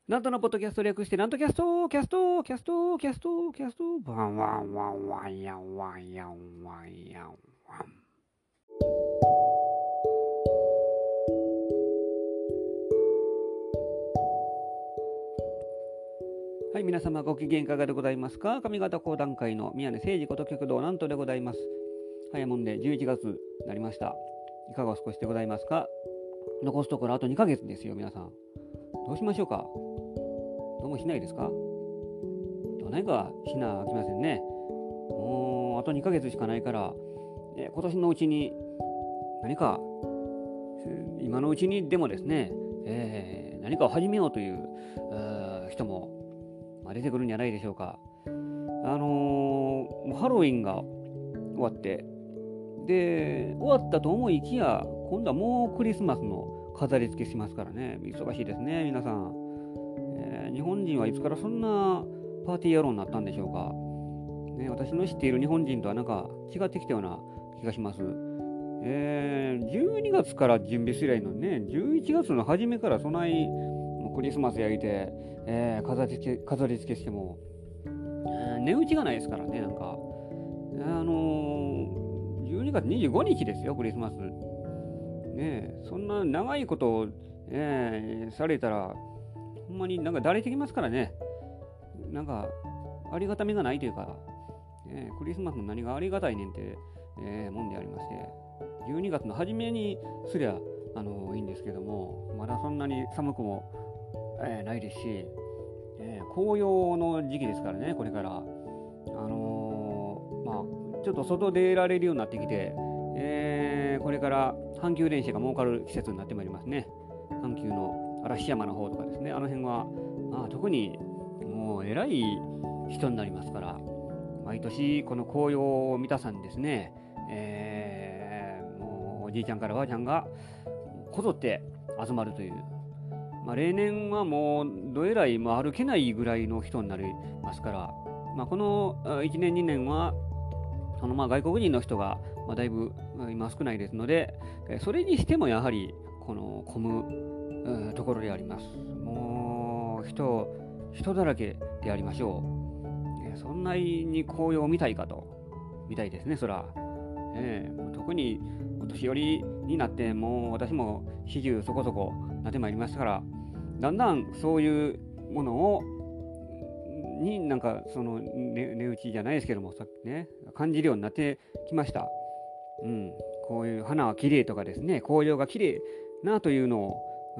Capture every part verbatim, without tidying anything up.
なんとのポッドキャスト略して、なんとキャスト、キャスト、キャスト、キャスト、キャスト、ワンワンワンワンヤンワンヤンワンヤンワン。はい、皆様ご機嫌いかがでございますか。上方講談会の宮根誠司こと極道なんとでございます。早もんでじゅういちがつになりました。いかがお過ごしでございますか。残すところあとにかげつですよ、皆さん。どうしましょうか。どうもしないですか。どないかしなあきませんね。もうあとにかげつしかないから、えー今年のうちに何か今のうちにでもですね、えー何かを始めようというあー人も、まあ、出てくるんじゃないでしょうか。あのーもうハロウィンが終わって、で終わったと思いきや今度はもうクリスマスの飾り付けしますからね。忙しいですね、皆さん。えー日本人はいつからそんなパーティー野郎になったんでしょうか。ね、私の知っている日本人とはなんか違ってきたような気がします。えーじゅうにがつから準備すりゃいいのにね、じゅういちがつの初めから備え、もうクリスマス焼いて、えー飾り付け、飾り付けしても、えー値打ちがないですからね、なんか。あのーじゅうにがつにじゅうごにちですよ、クリスマス。ねえ、そんな長いことを、えーされたら、ほんまになんかだれてきますからね。なんか、ありがたみがないというか、えークリスマスの何がありがたいねんって、えーもんでありまして、じゅうにがつの初めにすりゃ、あのーいいんですけども、まだそんなに寒くも、えーないですし、えー紅葉の時期ですからね、これから。あのーまあ、ちょっと外出られるようになってきて、えーこれから阪急電車が儲かる季節になってまいりますね。阪急の嵐山の方とかですね、あの辺は、まあ、特にもう偉い人になりますから、毎年この紅葉を見たさにですね、えーもうおじいちゃんからばあちゃんがこぞって集まるという、まあ、例年はもうどえらい、まあ、歩けないぐらいの人になりますから、まあ、このあいちねんにねんはそのまあ外国人の人がまあだいぶまあ今少ないですので、えーそれにしてもやはりこの混むうんところであります。もう人人だらけでありましょう。えーそんなに紅葉を見たいかと。見たいですね、そら。えーもう特にお年寄りになってもう私もよんじゅうそこそこなってまいりましたから、だんだんそういうものをになんかその値値打ちじゃないですけども、さっきね感じるようになってきました。うん、こういう花は綺麗とかですね、紅葉が綺麗なというのを、うん、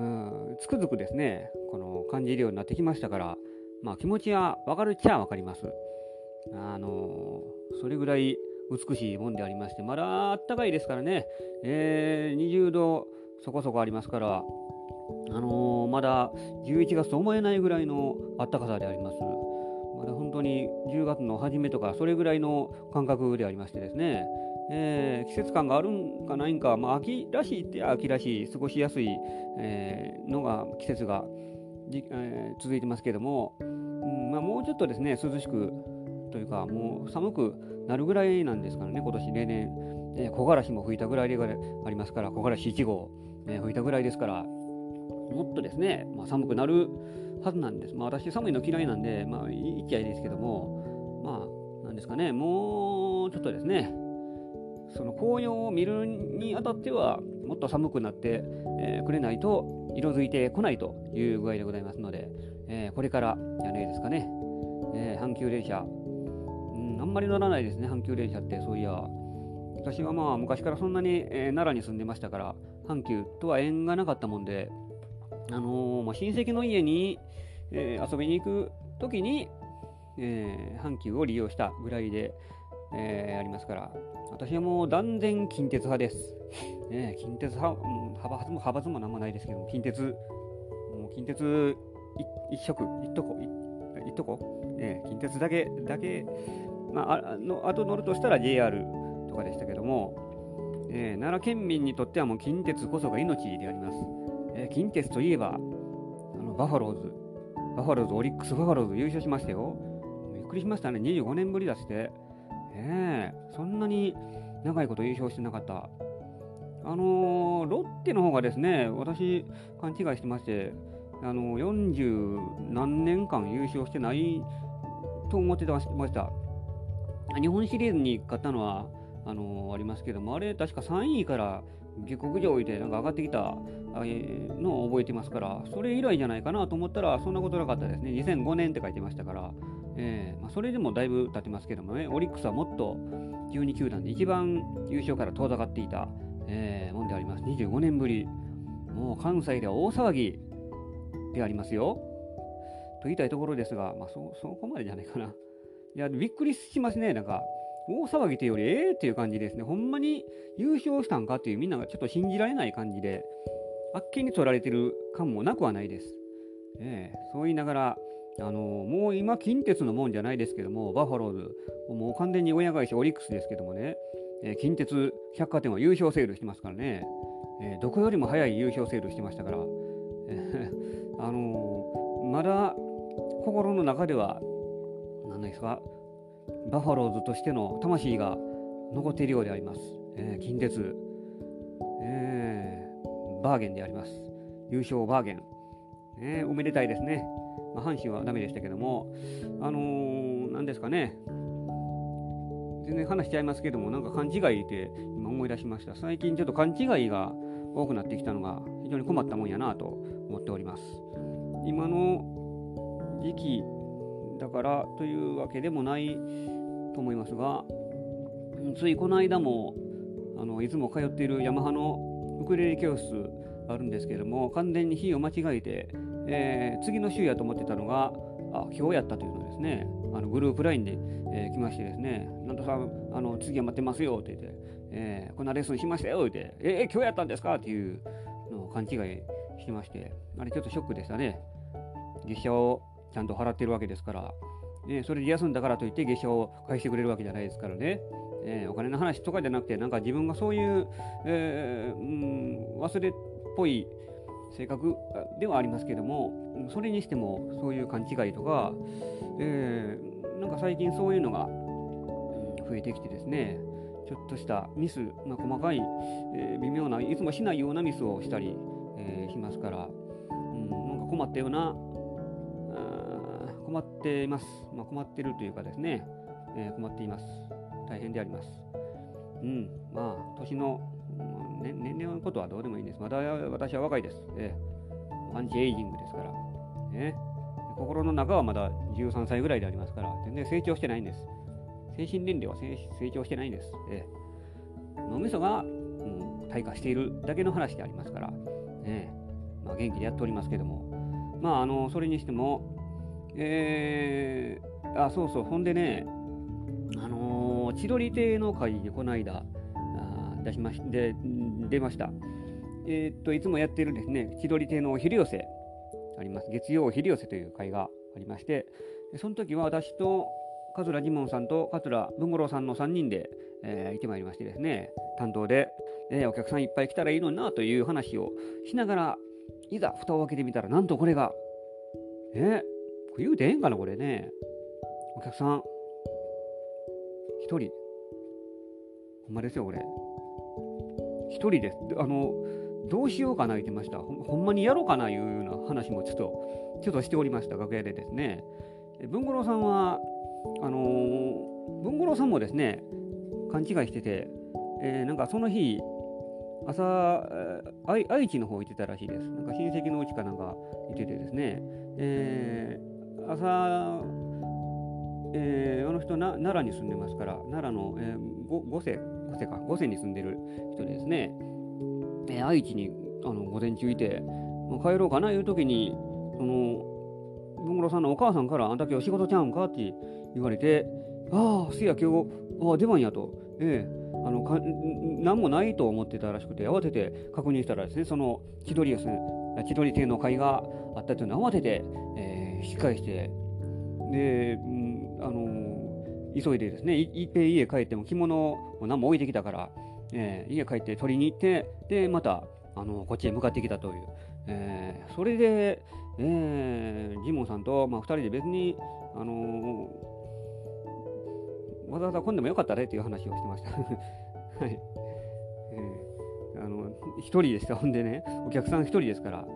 つくづくですね、この感じるようになってきましたから、まあ気持ちはわかるっちゃわかります。あのそれぐらい美しいもんでありまして、まだあったかいですからね、えーにじゅうどそこそこありますから、あのーまだじゅういちがつと思えないぐらいの暖かさであります。まだ本当にじゅうがつの初めとか、それぐらいの感覚でありましてですね、えー季節感があるんかないんか、まあ、秋らしいって秋らしい、過ごしやすい、えーのが季節がじ、えー続いてますけども、うんまあ、もうちょっとですね、涼しくというか、もう寒くなるぐらいなんですからね、今年例年、えー木枯らしも吹いたぐらいでありますから、木枯らしいち号、えー吹いたぐらいですから、もっとですね、まあ、寒くなるはずなんです。まあ、私、寒いの嫌いなんで、まあ、言っちゃいいですけども、まあ、なんですかね、もうちょっとですね、その紅葉を見るにあたっては、もっと寒くなって、えーくれないと、色づいてこないという具合でございますので、えーこれからじゃないですかね、えー阪急電車、うん、あんまり乗らないですね、阪急電車って、そういや。私はまあ昔からそんなに、えー奈良に住んでましたから、阪急とは縁がなかったもんで、あのーまあ、親戚の家に、えー遊びに行くときに、えー阪急を利用したぐらいで、えーありますから、私はもう断然近鉄派です。ね、近鉄派、うん派閥も派閥もなんもないですけども、近鉄、もう近鉄い一色、一とこ、い一とこ、ね、近鉄だけ、だけ、まあ、あの、あと乗るとしたら ジェイアール とかでしたけども、えー奈良県民にとってはもう近鉄こそが命であります。えー近鉄といえば、あのバファローズ、バファローズ、オリックスバファローズ優勝しましたよ。びっくりしましたね、にじゅうごねんぶりだして。ええそんなに長いこと優勝してなかった。あのーロッテの方がですね、私、勘違いしてまして、 あのよんじゅう何年間優勝してないと思ってました。日本シリーズに勝ったのはあのー、ありますけども、あれ確かさんいから下克上でなんか上がってきたのを覚えてますから、それ以来じゃないかなと思ったらそんなことなかったですね。にせんごねんって書いてましたから、えーまあ、それでもだいぶ経ってますけどもね、オリックスはもっとじゅうに球団で一番優勝から遠ざかっていた、えー、もんであります。にじゅうごねんぶり、もう関西では大騒ぎでありますよと言いたいところですが、まあ、そ, そこまでじゃないかな。いや、びっくりしますね。なんか大騒ぎというよりえーっていう感じですね。ほんまに優勝したんかっていう、みんながちょっと信じられない感じであっけに取られてる感もなくはないです。えー、そう言いながら、あのー、もう今近鉄のもんじゃないですけども、バファローズもう完全に親会社オリックスですけどもね、えー、近鉄百貨店は優勝セールしてますからね、えー、どこよりも早い優勝セールしてましたから、えーあのー、まだ心の中では何ですか、バファローズとしての魂が残っているようであります。えー、近鉄、えー、バーゲンであります。優勝バーゲン、ね、おめでたいですね。まあ、阪神はダメでしたけども、あのー、何ですかね、全然話しちゃいますけども、なんか勘違いって今思い出しました。最近ちょっと勘違いが多くなってきたのが非常に困ったもんやなと思っております。今の時期だからというわけでもないと思いますが、ついこの間もあのいつも通っているヤマハのウクレレ教室あるんですけれども、完全に日を間違えて、えー、次の週やと思ってたのがあ今日やったというのですね、あのグループラインで、えー、来ましてですね、なんとさんあの次は待ってますよって言って、えー、こんなレッスンしましたよって言って、えー、今日やったんですかっていうのを勘違いしてまして、あれちょっとショックでしたね。月謝をちゃんと払ってるわけですから、ね、それで休んだからといって月謝を返してくれるわけじゃないですからね、えー、お金の話とかじゃなくて、なんか自分がそういう、えー、うん忘れっぽい性格ではありますけども、それにしてもそういう勘違いとか、えー、なんか最近そういうのが増えてきてですね、ちょっとしたミス、まあ、細かい、えー、微妙ないつもしないようなミスをしたり、えー、しますから、うん、なんか困ったような困っています。まあ、困っているというかですね、えー、困っています。大変であります。うん、まあ、年の、うんね、年齢のことはどうでもいいんです。まだ私は若いです。えー、アンチエイジングですから、ね。心の中はまだじゅうさんさいぐらいでありますから、全然成長してないんです。精神年齢は成長してないんです。えー、脳みそが、うん、退化しているだけの話でありますから、ね、まあ、元気でやっておりますけども、まあ、あのそれにしても、えー、あ、そうそう、ほんでね、あのー、千鳥亭の会にこの間、あ出しましで出ました。えー、っと、いつもやってるですね、千鳥亭のお昼寄せあります。月曜お昼寄せという会がありまして、その時は私と桂ジモンさんと桂文五郎さんのさんにんで、えー、行ってまいりましてですね、担当で、えー、お客さんいっぱい来たらいいのになという話をしながら、いざ蓋を開けてみたら、なんとこれが、えー言うてええんかなこれね。お客さん一人、ほんまですよこれ。一人です。あのどうしようかな言ってました。ほ, ほんまにやろうかないうような話もちょっとちょっとしておりました楽屋でですね。文五郎さんはあのー、文五郎さんもですね勘違いしてて、えー、なんかその日朝愛愛知の方行ってたらしいです。なんか親戚のうちかなんか行っててですね。えー朝、えー、あの人な奈良に住んでますから、奈良の、えー、五世五世か五世に住んでる人でですね、えー、愛知にあの午前中いて、もう帰ろうかないう時に、その文五郎さんのお母さんから、あんた今日仕事ちゃうんかって言われて、ああ、せや今日ああ出番やと、えー、あのか何もないと思ってたらしくて、慌てて確認したらですね、その千鳥ですね、千鳥亭の会があったというのを慌てて、えー引き返して、で、うん、あのー、急いでですね、いっぺん家帰っても着物を何も置いてきたから、えー、家帰って取りに行って、で、また、あのー、こっちへ向かってきたという。えー、それで、えー、ジモンさんと、まあ、ふたりで別に、あのー、わざわざ来んでもよかったねっていう話をしてました。はい。えー、あの、一人でした。ほんでね、お客さん一人ですから、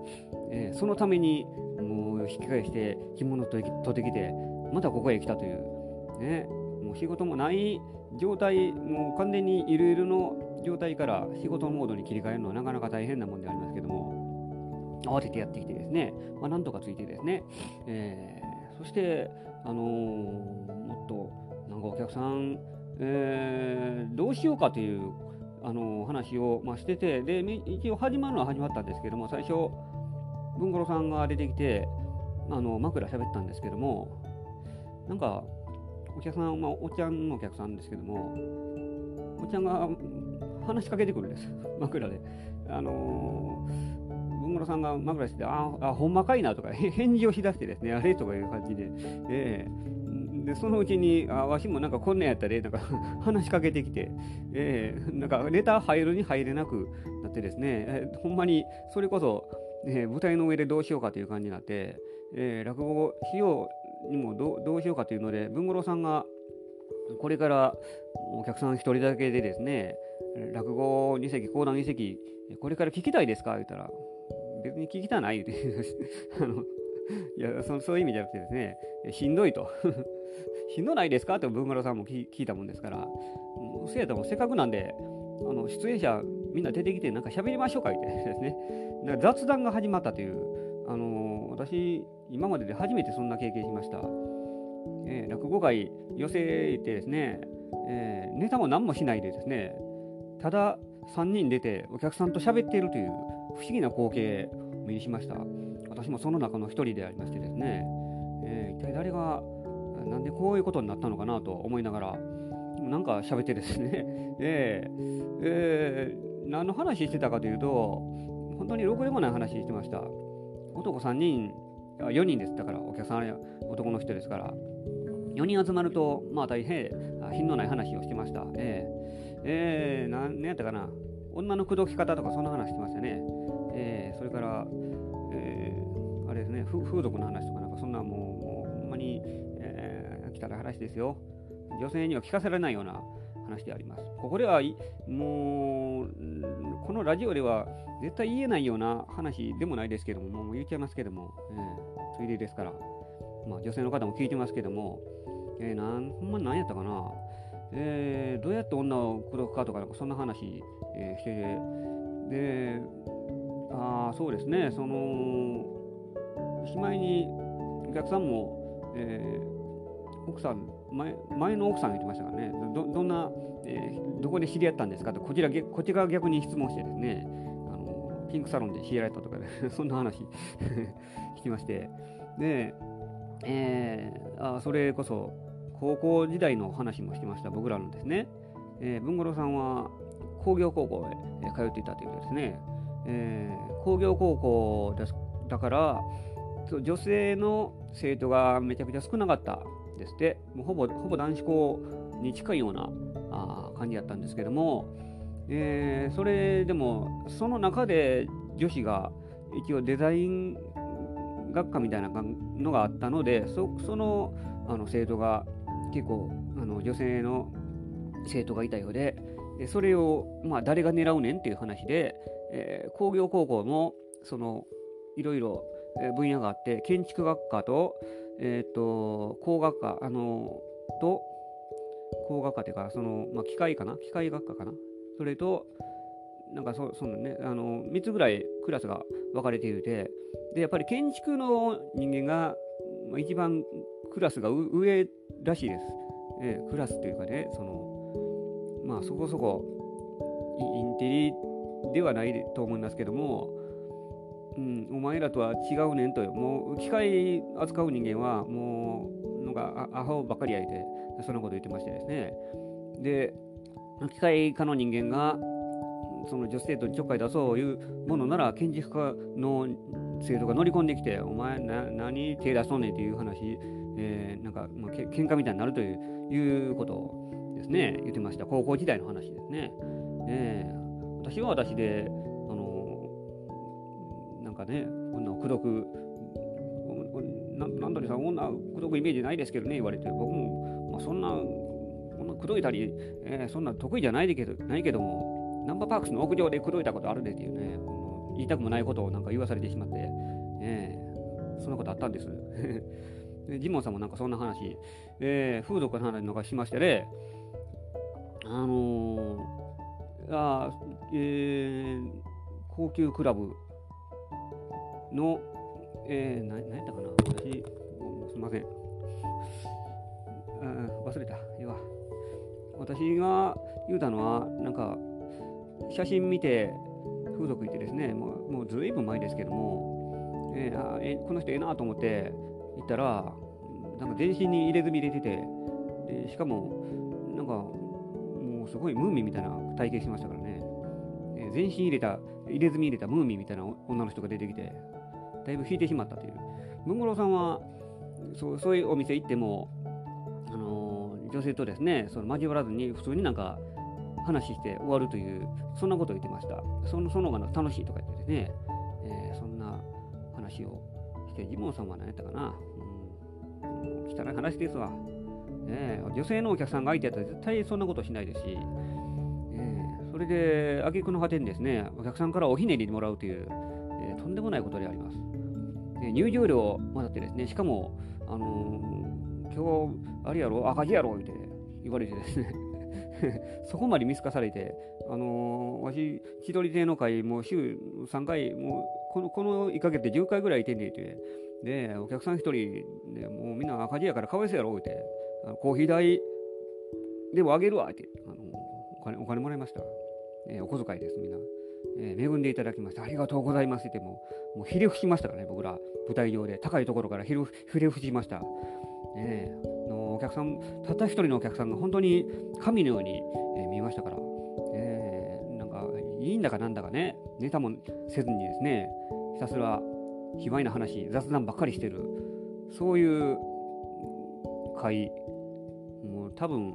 えー、そのためにもう引き返して着物を取ってきてまたここへ来たという、ね、もう仕事もない状態、もう完全にいろいろの状態から仕事モードに切り替えるのはなかなか大変なもんでありますけども、慌ててやってきてですね、まあ、なんとかついてですね、えー、そして、あのー、もっとなんかお客さん、えー、どうしようかという、あのー、話を、まあ、してて、で一応始まるのは始まったんですけども、最初文五郎さんが出てきて、あの枕喋ったんですけども、なんかお客さん、まあ、おっちゃんのお客さんですけども、おっちゃんが話しかけてくるんです枕で。あのー、文五郎さんが枕してて、ああほんまかいなとか返事をしだしてですね、あれとかいう感じで、えー、でそのうちにあわしもなんかこんなんやったらなんか話しかけてきて、えー、なんかネタ入るに入れなくなってですね、えー、ほんまにそれこそ、えー、舞台の上でどうしようかという感じになって、えー、落語しようにも ど, どうしようかというので、文五郎さんがこれからお客さん一人だけでですね、落語に席、講談に席、これから聞きたいですか言ったら、別に聞きたないってあのいやそ、そういう意味じゃなくてですね、しんどいとしんどないですかって文五郎さんも聞いたもんですから、もうせやったらせっかくなんで、あの出演者みんな出てきてなんか喋りましょうか言ってですね、だから雑談が始まったという、あのー、私今までで初めてそんな経験しました。えー、落語会寄せ行ってですね、えー、ネタも何もしないでですね、たださんにん出てお客さんと喋っているという不思議な光景を目にしました。私もその中の一人でありましてですね、えー、一体誰がなんでこういうことになったのかなと思いながらなんか喋ってですね、えーえー、何の話してたかというと、本当にろくでもない話してました。男さんにん、よにんです。だからお客さんは男の人ですから、よにん集まるとまあ大変品のない話をしてました。えー、えー、なんやったかな、女の口説き方とかそんな話してましたね。えー、それから、えー、あれですね、風俗の話とかなんかそんなもう、もうほんまに、えー、汚い話ですよ。女性には聞かせられないような話であります。ここではもうこのラジオでは絶対言えないような話でもないですけども、もう言っちゃいますけども、えー、ついでですから、まあ、女性の方も聞いてますけども、えー、なんほんまに何やったかな、えー、どうやって女を口説くかとか、なんかそんな話、えー、してて、で、あそうですね、そのしまいにお客さんも、えー、奥さん前, 前の奥さん言ってましたからね、 ど, どんな、えー、どこで知り合ったんですかと、こちらこちらが逆に質問してですね、あのピンクサロンで知り合えたとか、ね、そんな話聞きまして、で、えー、あそれこそ高校時代の話もしてました。僕らのですね、えー、文五郎さんは工業高校へ通っていたというですね、えー、工業高校ですだから女性の生徒がめちゃくちゃ少なかったですって、もうほぼほぼ男子校に近いようなあ感じだったんですけども、えー、それでもその中で女子が一応デザイン学科みたいなのがあったので、 そ, その, あの生徒が結構あの女性の生徒がいたようで、それを、まあ、誰が狙うねんっていう話で、えー、工業高校もそのいろいろ分野があって、建築学科と、えー、と工学科あのと工学科というか、その、まあ、機械かな機械学科かな、それとなんか そ, その、ね、あのみっつぐらいクラスが分かれていて、でやっぱり建築の人間が一番クラスが上らしいです。えー、クラスというかね、そのまあそこそこインテリではないと思いますけども、うん、お前らとは違うねんと、もう機械扱う人間はもうなんかアホばっかりやいて、そんなこと言ってましてですね。で機械科の人間がその女性とちょっかい出そういうものなら、建築家の生徒が乗り込んできて、お前な何手出しとんねんっていう話、えー、なんか、まあ、け喧嘩みたいになるという、いうことをですね言ってました。高校時代の話ですね。えー、私は私で、あのー、なんかね、女を口説く、なんとりさん女を口説くイメージないですけどね言われて、僕も、まあ、そんな口説いたり、えー、そんな得意じゃないけど、ないけども、ナンバーパークスの屋上で口説いたことあるでっていうね、言いたくもないことをなんか言わされてしまって、 えー、そんなことあったんです。でジモンさんもなんかそんな話、えー、風俗の話なんかしましてね、あのー、あえー、高級クラブの、えー、な何やったかな、私、すみません、忘れた、いや私が言うたのは、なんか、写真見て、風俗行ってですね、もう、もうずいぶん前ですけども、えー、あえこの人ええなと思って行ったら、なんか全身に入れ墨入れてて、でしかも、なんか、もうすごいムーミンみたいな体型してましたからね、えー、全身入れた、入れ墨入れたムーミンみたいな女の人が出てきて、だいぶ引いてしまったという。文五郎さんはそう、そういうお店行っても、あのー、女性とですね、その交わらずに普通になんか話して終わるという、そんなことを言ってました。そのその方が楽しいとか言ってですね、えー、そんな話をして、ジモンさんは何やったかな、うん、汚い話ですわ。ね、女性のお客さんが相手やったら絶対そんなことしないですし、えー、それで挙句の果てにですね、お客さんからおひねりもらうという、えー、とんでもないことであります。入場料をもらってですね、しかも、あのー、今日、あれやろ、赤字やろって言われてですね、そこまで見透かされて、あのー、わし、千鳥亭の会、もう週さんかい、もうこの、このいっかげつでじゅっかいぐらいいてんねんて、で、お客さんひとりでもうみんな赤字やからかわいそうやろって、あのコーヒー代でもあげるわって、あのー、お金、お金もらいました。えー、お小遣いです、みんな。えー、恵んでいただきましてありがとうございますってもう、もうひれ伏しましたからね、僕ら舞台上で高いところからひれ伏しました。えー、のお客さん、たった一人のお客さんが本当に神のように、えー、見えましたから、えー、なんかいいんだかなんだかね、ネタもせずにですね、ひたすら卑猥な話、雑談ばっかりしてる、そういう会、もう多分、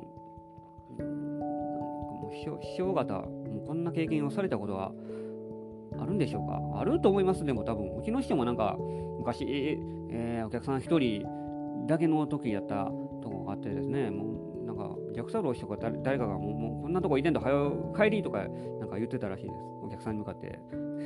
師匠方、もうこんな経験をされたことはあるんでしょうか。あると思います。でも多分うちの師匠もなんか昔、えー、お客さん一人だけの時やったとこがあってですね、もうなんか逆サロ師匠か誰誰かがもうもうこんなとこいてんだはよ帰りとかなんか言ってたらしいです。お客さんに向かって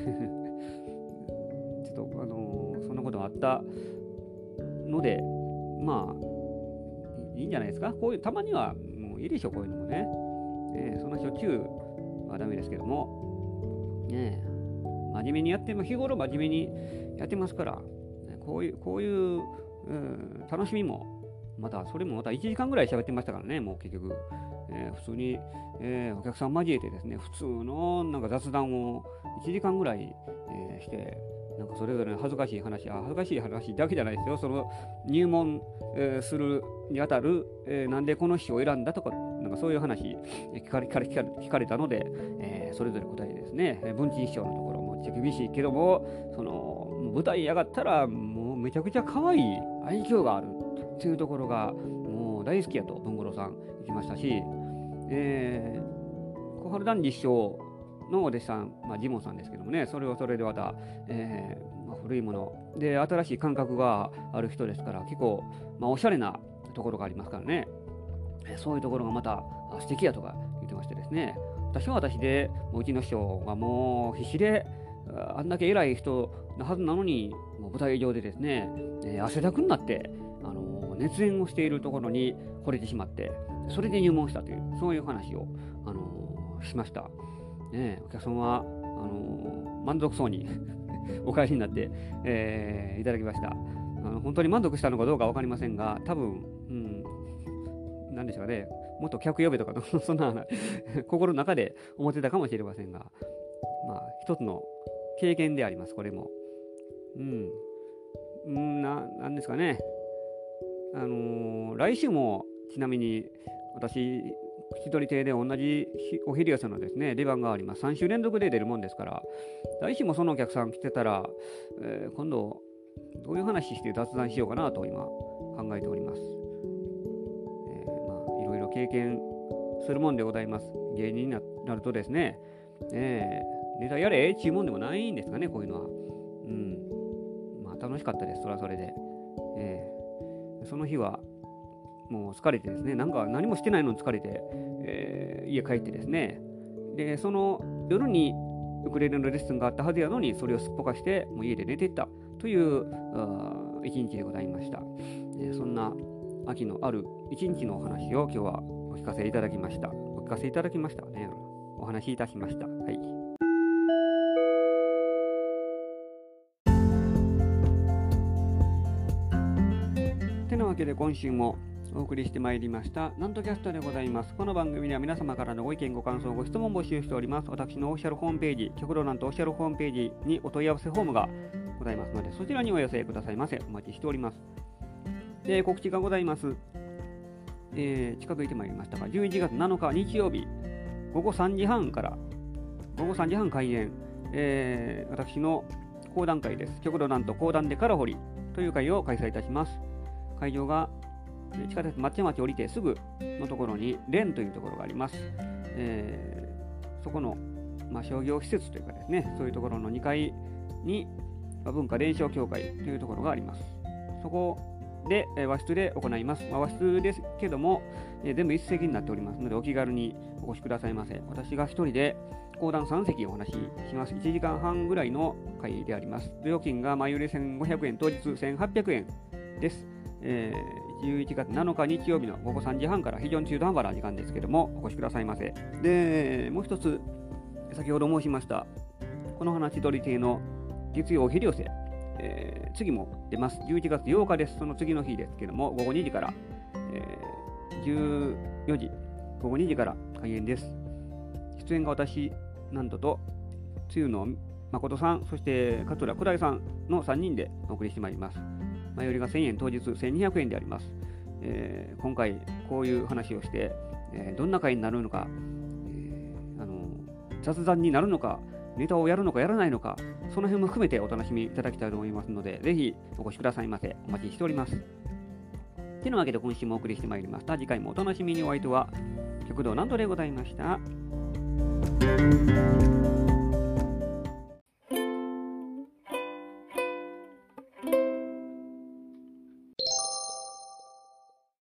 ちょっとあのー、そんなことがあったので、まあいいんじゃないですか。こういうたまにはもういいでしょう、こういうのもね。えー、そんなしょっちゅうはダメですけども、ね、真面目にやっても日頃真面目にやってますから、こういうこういう、うん、楽しみもまたそれもまたいちじかんぐらい喋ってましたからね、もう結局、えー、普通に、えー、お客さん交えてですね、普通のなんか雑談をいちじかんぐらい、えー、して、なんかそれぞれの恥ずかしい話、あ恥ずかしい話だけじゃないですよ、その入門、えー、するにあたる、えー、なんでこの詩を選んだとか、なんかそういう話聞かれ聞かれ聞かれたので、えー、それぞれ答えですね、文珍師匠のところもめっちゃ厳しいけども、その舞台上がったらもうめちゃくちゃ可愛い愛嬌があるっていうところがもう大好きやと文五郎さん言ってましたし、えー、小春団次師匠のお弟子さん、まあ、ジモンさんですけどもね、それをそれでまた、えーまあ、古いもので新しい感覚がある人ですから、結構、まあ、おしゃれなところがありますからね、そういうところがまた素敵やとか言ってましてですね、私は私でもううちの師匠がもう必死であんだけ偉い人のはずなのに、もう舞台上でですね、えー、汗だくになって、あのー、熱演をしているところに惚れてしまって、それで入門したという、そういう話を、あのー、しました。ね、お客さんはあのー、満足そうにお帰りになって、えー、いただきました。あの本当に満足したのかどうか分かりませんが、多分、うん、なんでしょうね、もっと客呼べとかそんな心の中で思ってたかもしれませんが、まあ一つの経験であります、これも。うん、うんななんですかね、あのー、来週もちなみに私千鳥亭で同じお昼屋さんのですね出番があります。さん週連続で出るもんですから、来週もそのお客さん来てたら、えー、今度どういう話して雑談しようかなと今考えております。えー、まあいろいろ経験するもんでございます。芸人になるとですね、えー、ネタやれちゅうもんでもないんですかね、こういうのは。うん、まあ楽しかったです、それはそれで。えー、その日はもう疲れてですね、なんか何もしてないのに疲れて、えー、家帰ってですね、で、その夜にウクレレのレッスンがあったはずやのに、それをすっぽかして、もう家で寝てったという一日でございました。えー、そんな秋のある一日のお話を今日はお聞かせいただきました。お聞かせいただきましたね。お話しいたしました。はい。てなわけで今週もお送りしてまいりましたなんとキャストでございます。この番組では皆様からのご意見ご感想ご質問を募集しております。私のオフィシャルホームページ、極道なんとオフィシャルホームページにお問い合わせフォームがございますので、そちらにお寄せくださいませ。お待ちしております。で、告知がございます。えー、近づいてまいりましたが、じゅういちがつなのか日曜日ごごさんじはんからごごさんじはん開演、えー、私の講談会です。極道なんと講談でから掘りという会を開催いたします。会場が地下鉄松屋町降りてすぐのところに連というところがあります。えー、そこの、まあ、商業施設というかですね、そういうところのにかいに文化伝承協会というところがあります。そこで、えー、和室で行います。まあ、和室ですけども、えー、全部一席になっておりますのでお気軽にお越しくださいませ。私が一人で講談さん席お話しします。いちじかんはんぐらいの会であります。料金が前売りせんごひゃくえん、当日せんはっぴゃくえんです。えー、じゅういちがつなのか日曜日のごごさんじはんから非常に中途半端な時間ですけどもお越しくださいませ。で、もう一つ先ほど申しましたこの話取り亭の月曜お昼寄せ、えー、次も出ます。じゅういちがつようかです。その次の日ですけどもごごにじから、えー、じゅうよじごごにじから開演です。出演が私なんととつゆの誠さん、そして桂倉井さんのさんにんでお送りしてまいります。前売りがせんえん、当日せんにひゃくえんであります。えー、今回こういう話をして、えー、どんな回になるのか、えー、あの雑談になるのか、ネタをやるのかやらないのか、その辺も含めてお楽しみいただきたいと思いますので、ぜひお越しくださいませ。お待ちしております。てなわけで今週もお送りしてまいりました。次回もお楽しみに。お相手は極道南斗でございました。